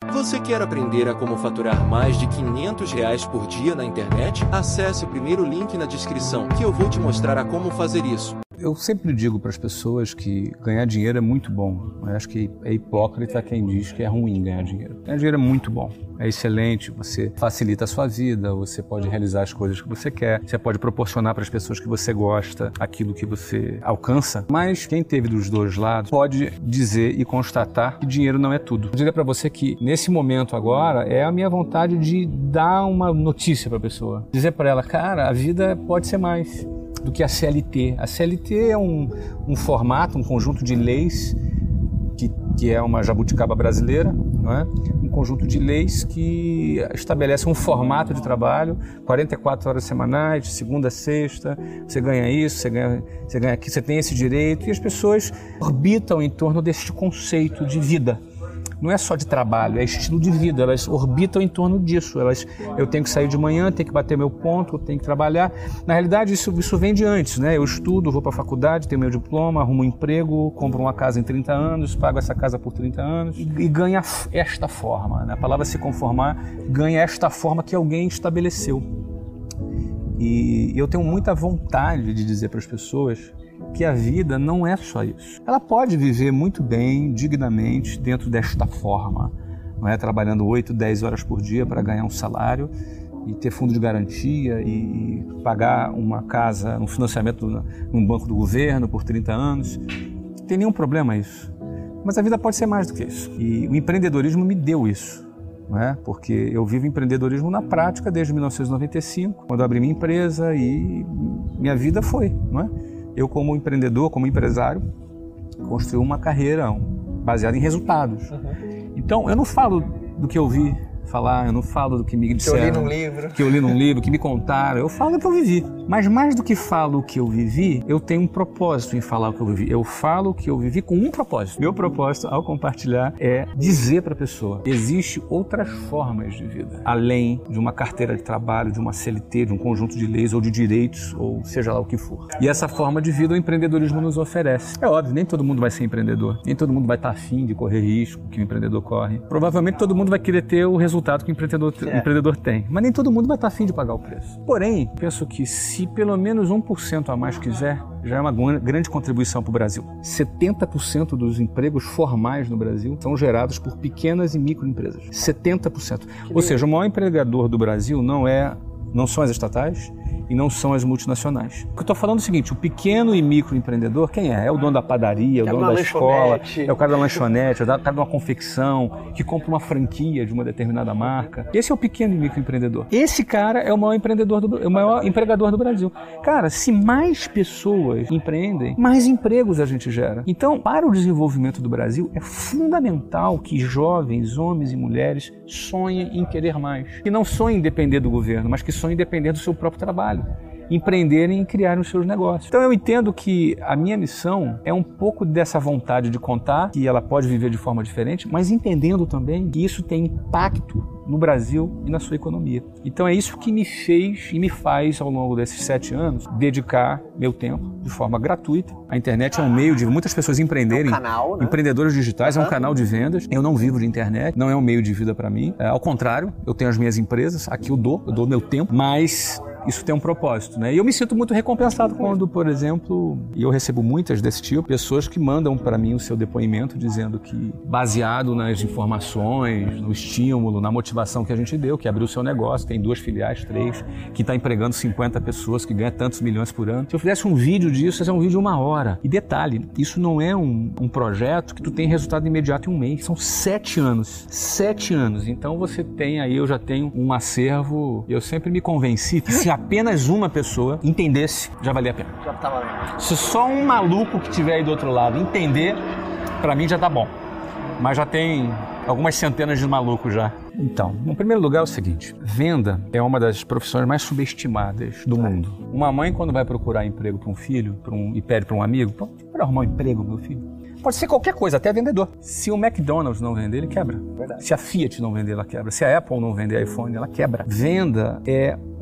Você quer aprender a como faturar mais de R$ 500 por dia na internet? Acesse o primeiro link na descrição que eu vou te mostrar a como fazer isso. Eu sempre digo para as pessoas que ganhar dinheiro é muito bom. Eu acho que é hipócrita quem diz que é ruim ganhar dinheiro. Ganhar dinheiro é muito bom, é excelente, você facilita a sua vida, você pode realizar as coisas que você quer, você pode proporcionar para as pessoas que você gosta aquilo que você alcança, mas quem teve dos dois lados pode dizer e constatar que dinheiro não é tudo. Eu diria para você que nesse momento agora é a minha vontade de dar uma notícia para a pessoa, dizer para ela, cara, a vida pode ser mais do que a CLT. A CLT é um formato, um conjunto de leis que é uma jabuticaba brasileira, não é? Um conjunto de leis que estabelece um formato de trabalho, 44 horas semanais, de segunda a sexta, você ganha isso, você ganha aqui, você tem esse direito, e as pessoas orbitam em torno deste conceito de vida. Não é só de trabalho, é estilo de vida, elas orbitam em torno disso. Eu tenho que sair de manhã, tenho que bater meu ponto, tenho que trabalhar. Na realidade, isso vem de antes, né? Eu estudo, vou para a faculdade, tenho meu diploma, arrumo um emprego, compro uma casa em 30 anos, pago essa casa por 30 anos e ganha esta forma, né? A palavra se conformar ganha esta forma que alguém estabeleceu. E eu tenho muita vontade de dizer para as pessoas que a vida não é só isso. Ela pode viver muito bem, dignamente, dentro desta forma, não é? Trabalhando 8, 10 horas por dia para ganhar um salário e ter fundo de garantia e pagar uma casa, um financiamento num banco do governo por 30 anos. Não tem nenhum problema isso. Mas a vida pode ser mais do que isso. E o empreendedorismo me deu isso. Não é? Porque eu vivo empreendedorismo na prática desde 1995, quando eu abri minha empresa e minha vida foi, não é? Eu, como empreendedor, como empresário, construí uma carreira baseada em resultados. Então, eu não falo do que eu vi falar, eu não falo do que me disseram. Que eu li num livro. Que me contaram. Eu falo do que eu vivi. Mas mais do que falo o que eu vivi, eu tenho um propósito em falar o que eu vivi. Eu falo o que eu vivi com um propósito. Meu propósito, ao compartilhar, é dizer para a pessoa, existe outras formas de vida, além de uma carteira de trabalho, de uma CLT, de um conjunto de leis ou de direitos, ou seja lá o que for. E essa forma de vida o empreendedorismo nos oferece. É óbvio, nem todo mundo vai ser empreendedor. Nem todo mundo vai estar afim de correr risco que o empreendedor corre. Provavelmente todo mundo vai querer ter o resultado que o empreendedor tem. Mas nem todo mundo vai estar afim de pagar o preço. Porém, penso que se pelo menos 1% a mais quiser, já é uma grande contribuição para o Brasil. 70% dos empregos formais no Brasil são gerados por pequenas e microempresas. 70%. Ou seja, o maior empregador do Brasil não são as estatais e não são as multinacionais. O que eu estou falando é o seguinte, o pequeno e microempreendedor, quem é? É o dono da padaria, é o dono da escola, é o cara da lanchonete, é o cara de uma confecção, que compra uma franquia de uma determinada marca. Esse é o pequeno e microempreendedor. Esse cara é o maior empregador do Brasil. Cara, se mais pessoas empreendem, mais empregos a gente gera. Então, para o desenvolvimento do Brasil, é fundamental que jovens, homens e mulheres, sonhem em querer mais. Que não sonhem em depender do governo, mas que sonhem em depender do seu próprio trabalho. Empreenderem e criarem os seus negócios. Então eu entendo que a minha missão é um pouco dessa vontade de contar que ela pode viver de forma diferente, mas entendendo também que isso tem impacto no Brasil e na sua economia. Então é isso que me fez e me faz, ao longo desses 7 anos, dedicar meu tempo de forma gratuita. A internet é um meio de muitas pessoas empreenderem. É um canal, né? Empreendedores digitais, é um canal de vendas. Eu não vivo de internet, não é um meio de vida para mim. Ao contrário, eu tenho as minhas empresas, aqui eu dou meu tempo, mas isso tem um propósito, né? E eu me sinto muito recompensado quando, por exemplo, e eu recebo muitas desse tipo, pessoas que mandam para mim o seu depoimento dizendo que, baseado nas informações, no estímulo, na motivação que a gente deu, que abriu o seu negócio, tem 2 filiais, 3, que está empregando 50 pessoas, que ganha tantos milhões por ano. Se eu fizesse um vídeo disso, esse é um vídeo de 1 hora. E detalhe, isso não é um projeto que tu tem resultado imediato em 1 mês. São 7 anos. 7 anos. Então você tem aí, eu já tenho um acervo. Eu sempre me convenci que se apenas uma pessoa entendesse, já valia a pena. Já tá valendo. Se só um maluco que estiver aí do outro lado entender, pra mim já tá bom. Mas já tem algumas centenas de malucos já. Então, no primeiro lugar é o seguinte, venda é uma das profissões mais subestimadas do mundo. Uma mãe, quando vai procurar emprego para um filho e pede para um amigo, para arrumar um emprego, meu filho, pode ser qualquer coisa, até vendedor. Se o McDonald's não vender, ele quebra. Verdade. Se a Fiat não vender, ela quebra. Se a Apple não vender iPhone, ela quebra. Venda é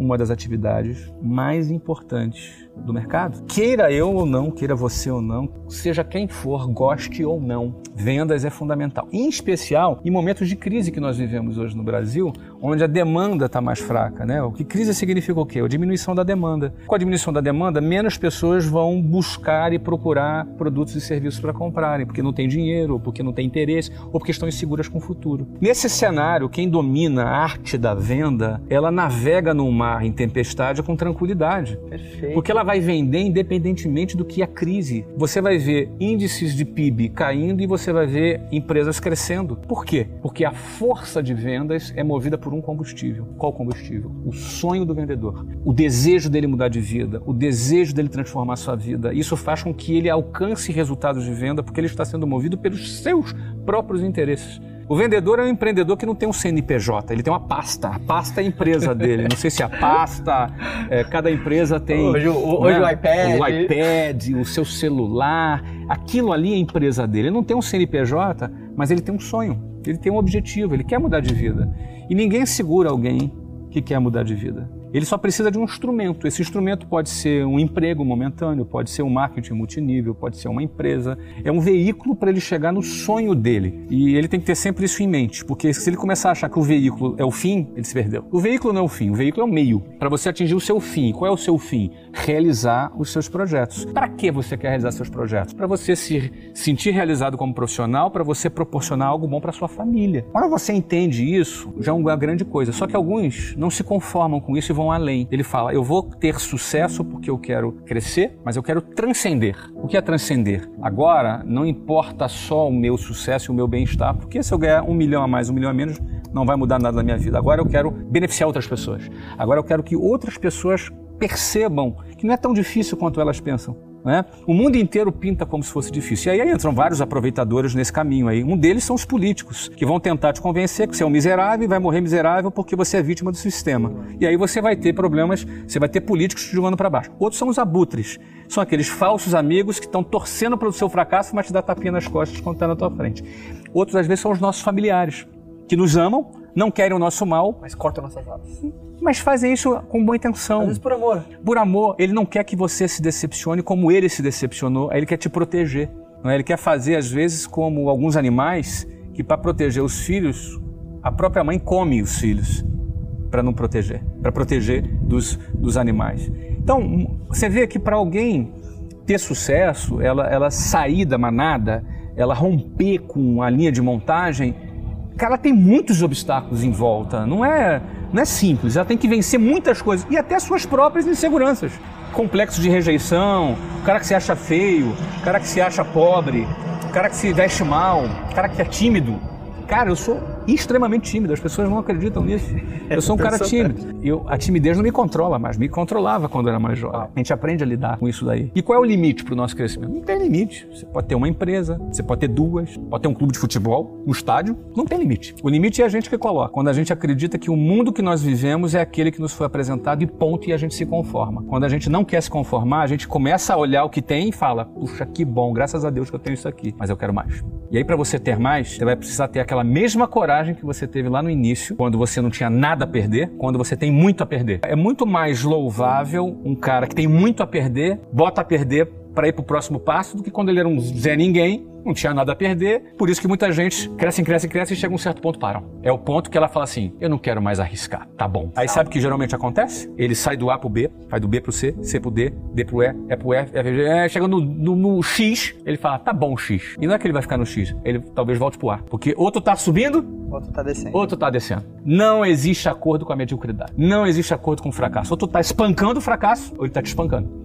uma das atividades mais importantes do mercado. Queira eu ou não, queira você ou não, seja quem for, goste ou não, vendas é fundamental. Em especial em momentos de crise que nós vivemos hoje no Brasil, onde a demanda está mais fraca, né? O que crise significa o quê? A diminuição da demanda. Com a diminuição da demanda, menos pessoas vão buscar e procurar produtos e serviços para comprarem, porque não tem dinheiro, ou porque não tem interesse, ou porque estão inseguras com o futuro. Nesse cenário, quem domina a arte da venda, ela navega no mar em tempestade com tranquilidade. Perfeito. Porque ela vai vender independentemente do que a crise. Você vai ver índices de PIB caindo e você vai ver empresas crescendo. Por quê? Porque a força de vendas é movida por um combustível. Qual combustível? O sonho do vendedor. O desejo dele mudar de vida, o desejo dele transformar sua vida. Isso faz com que ele alcance resultados de venda porque ele está sendo movido pelos seus próprios interesses. O vendedor é um empreendedor que não tem um CNPJ, ele tem uma pasta. A pasta é a empresa dele. Não sei se a pasta, cada empresa tem... Hoje o iPad. O iPad, o seu celular. Aquilo ali é a empresa dele. Ele não tem um CNPJ, mas ele tem um sonho. Ele tem um objetivo, ele quer mudar de vida. E ninguém segura alguém que quer mudar de vida. Ele só precisa de um instrumento. Esse instrumento pode ser um emprego momentâneo, pode ser um marketing multinível, pode ser uma empresa. É um veículo para ele chegar no sonho dele. E ele tem que ter sempre isso em mente, porque se ele começar a achar que o veículo é o fim, ele se perdeu. O veículo não é o fim, o veículo é o meio para você atingir o seu fim. Qual é o seu fim? Realizar os seus projetos. Para que você quer realizar seus projetos? Para você se sentir realizado como profissional, para você proporcionar algo bom para sua família. Quando você entende isso, já é uma grande coisa. Só que alguns não se conformam com isso e vão além. Ele fala, eu vou ter sucesso porque eu quero crescer, mas eu quero transcender. O que é transcender? Agora, não importa só o meu sucesso e o meu bem-estar, porque se eu ganhar 1 milhão a mais, 1 milhão a menos, não vai mudar nada na minha vida. Agora eu quero beneficiar outras pessoas. Agora eu quero que outras pessoas percebam que não é tão difícil quanto elas pensam. Né? O mundo inteiro pinta como se fosse difícil. E aí entram vários aproveitadores nesse caminho aí. Um deles são os políticos, que vão tentar te convencer que você é um miserável e vai morrer miserável porque você é vítima do sistema. E aí você vai ter problemas, você vai ter políticos te jogando para baixo. Outros são os abutres. São aqueles falsos amigos que estão torcendo pelo seu fracasso, mas te dá tapinha nas costas quando está na tua frente. Outros, às vezes, são os nossos familiares, que nos amam, não querem o nosso mal, mas cortam nossas asas. Mas fazem isso com boa intenção. Às vezes por amor. Por amor. Ele não quer que você se decepcione como ele se decepcionou. Aí ele quer te proteger. Não é? Ele quer fazer, às vezes, como alguns animais, que para proteger os filhos, a própria mãe come os filhos para não proteger. Para proteger dos animais. Então, você vê que para alguém ter sucesso, ela sair da manada, ela romper com a linha de montagem, ela tem muitos obstáculos em volta, não é simples, ela tem que vencer muitas coisas e até suas próprias inseguranças. Complexo de rejeição, o cara que se acha feio, o cara que se acha pobre, o cara que se veste mal, o cara que é tímido. Cara, eu sou extremamente tímido, as pessoas não acreditam nisso. Eu sou um cara tímido. A timidez não me controla mais, me controlava quando eu era mais jovem. A gente aprende a lidar com isso daí. E qual é o limite para o nosso crescimento? Não tem limite. Você pode ter uma empresa, você pode ter duas, pode ter um clube de futebol, um estádio, não tem limite. O limite é a gente que coloca. Quando a gente acredita que o mundo que nós vivemos é aquele que nos foi apresentado e ponto, e a gente se conforma. Quando a gente não quer se conformar, a gente começa a olhar o que tem e fala, puxa, que bom, graças a Deus que eu tenho isso aqui, mas eu quero mais. E aí, para você ter mais, você vai precisar ter aquela mesma coragem que você teve lá no início, quando você não tinha nada a perder, quando você tem muito a perder. É muito mais louvável um cara que tem muito a perder, bota a perder para ir para o próximo passo, do que quando ele era um Zé Ninguém, não tinha nada a perder. Por isso que muita gente cresce e chega a um certo ponto param. É o ponto que ela fala assim, eu não quero mais arriscar, tá bom. Aí sabe o que geralmente acontece? Ele sai do A pro B, vai do B pro C, C pro D, D pro E, E pro F, chega no X, ele fala, tá bom X. E não é que ele vai ficar no X, ele talvez volte pro A. Porque outro tá subindo, outro tá descendo. Não existe acordo com a mediocridade. Não existe acordo com o fracasso. Ou tu tá espancando o fracasso, ou ele tá te espancando.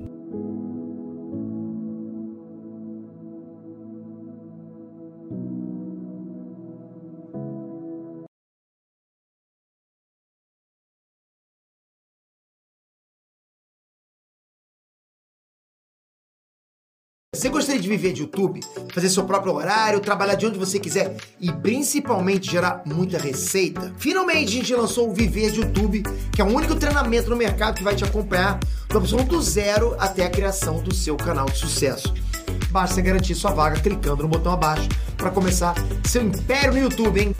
Você gostaria de viver de YouTube, fazer seu próprio horário, trabalhar de onde você quiser e principalmente gerar muita receita? Finalmente a gente lançou o Viver de YouTube, que é o único treinamento no mercado que vai te acompanhar do absoluto zero até a criação do seu canal de sucesso. Basta garantir sua vaga clicando no botão abaixo para começar seu império no YouTube, hein?